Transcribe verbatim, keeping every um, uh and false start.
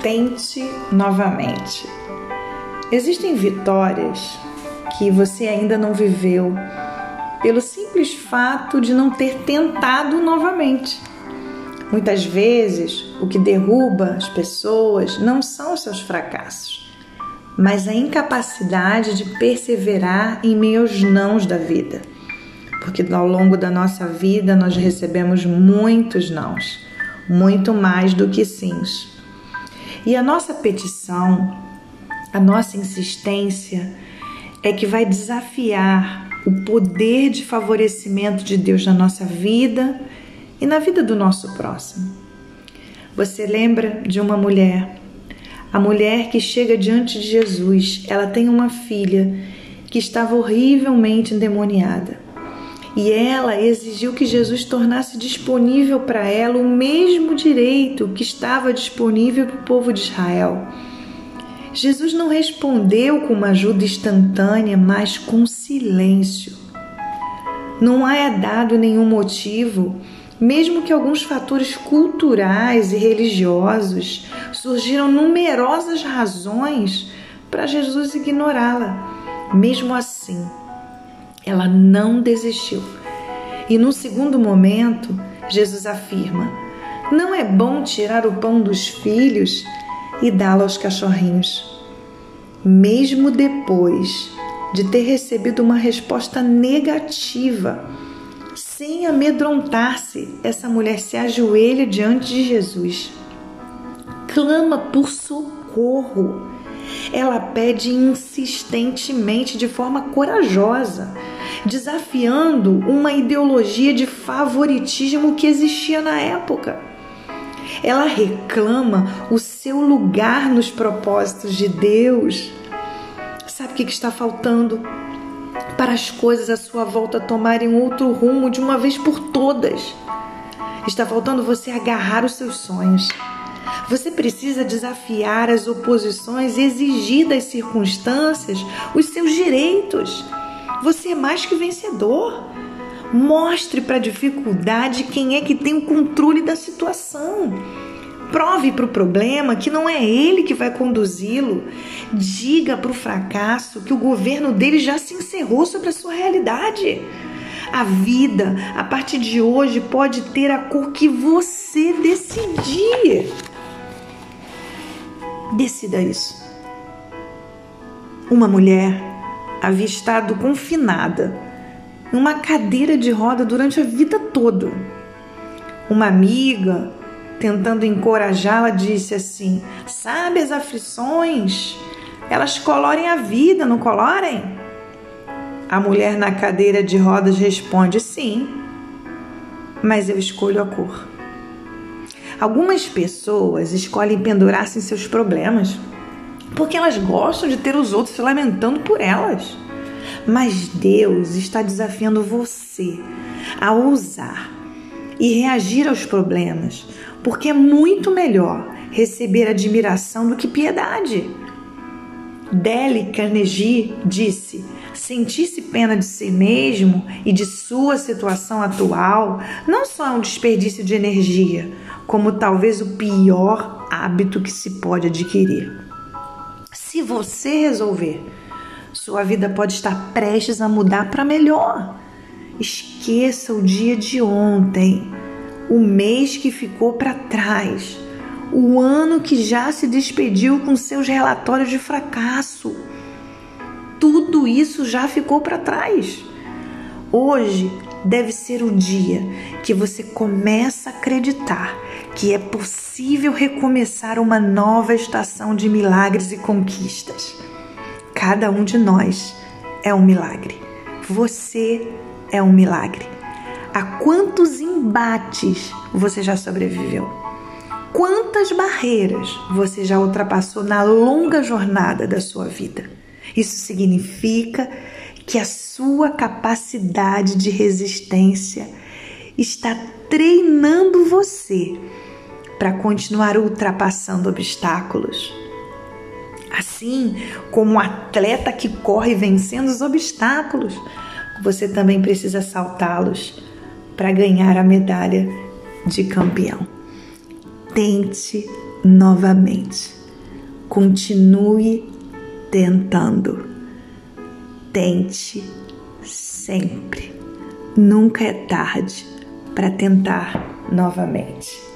Tente novamente. Existem vitórias que você ainda não viveu pelo simples fato de não ter tentado novamente. Muitas vezes, o que derruba as pessoas não são os seus fracassos, mas a incapacidade de perseverar em meio aos nãos da vida. Porque ao longo da nossa vida nós recebemos muitos nãos, muito mais do que sims. E a nossa petição, a nossa insistência é que vai desafiar o poder de favorecimento de Deus na nossa vida e na vida do nosso próximo. Você lembra de uma mulher, a mulher que chega diante de Jesus, ela tem uma filha que estava horrivelmente endemoniada. E ela exigiu que Jesus tornasse disponível para ela o mesmo direito que estava disponível para o povo de Israel. Jesus não respondeu com uma ajuda instantânea, mas com silêncio. Não é dado nenhum motivo, mesmo que alguns fatores culturais e religiosos surgiram numerosas razões para Jesus ignorá-la. Mesmo assim, ela não desistiu. E no segundo momento, Jesus afirma: não é bom tirar o pão dos filhos e dá-lo aos cachorrinhos. Mesmo depois de ter recebido uma resposta negativa, sem amedrontar-se, essa mulher se ajoelha diante de Jesus, clama por socorro. Ela pede insistentemente, de forma corajosa, desafiando uma ideologia de favoritismo que existia na época. Ela reclama o seu lugar nos propósitos de Deus. Sabe o que está faltando para as coisas à sua volta tomarem outro rumo de uma vez por todas? Está faltando você agarrar os seus sonhos. Você precisa desafiar as oposições e exigir das circunstâncias os seus direitos. Você é mais que vencedor. Mostre para a dificuldade quem é que tem o controle da situação. Prove para o problema que não é ele que vai conduzi-lo. Diga para o fracasso que o governo dele já se encerrou sobre a sua realidade. A vida, a partir de hoje, pode ter a cor que você decidir. Decida isso. Uma mulher havia estado confinada em uma cadeira de roda durante a vida toda. Uma amiga, tentando encorajá-la, disse assim: sabe, as aflições, elas colorem a vida, não colorem? A mulher na cadeira de rodas responde: sim, mas eu escolho a cor. Algumas pessoas escolhem pendurar-se em seus problemas porque elas gostam de ter os outros se lamentando por elas. Mas Deus está desafiando você a ousar e reagir aos problemas, porque é muito melhor receber admiração do que piedade. Dale Carnegie disse: sentir-se pena de si mesmo e de sua situação atual não só é um desperdício de energia, como talvez o pior hábito que se pode adquirir. Se você resolver, sua vida pode estar prestes a mudar para melhor. Esqueça o dia de ontem, o mês que ficou para trás, o ano que já se despediu com seus relatórios de fracasso. Tudo isso já ficou para trás. Hoje deve ser o dia que você começa a acreditar que é possível recomeçar uma nova estação de milagres e conquistas. Cada um de nós é um milagre. Você é um milagre. A quantos embates você já sobreviveu? Quantas barreiras você já ultrapassou na longa jornada da sua vida? Isso significa que a sua capacidade de resistência está treinando você para continuar ultrapassando obstáculos. Assim como um atleta que corre vencendo os obstáculos, você também precisa saltá-los para ganhar a medalha de campeão. tente novamente. Continue tentando. Tente sempre. Nunca é tarde para tentar novamente.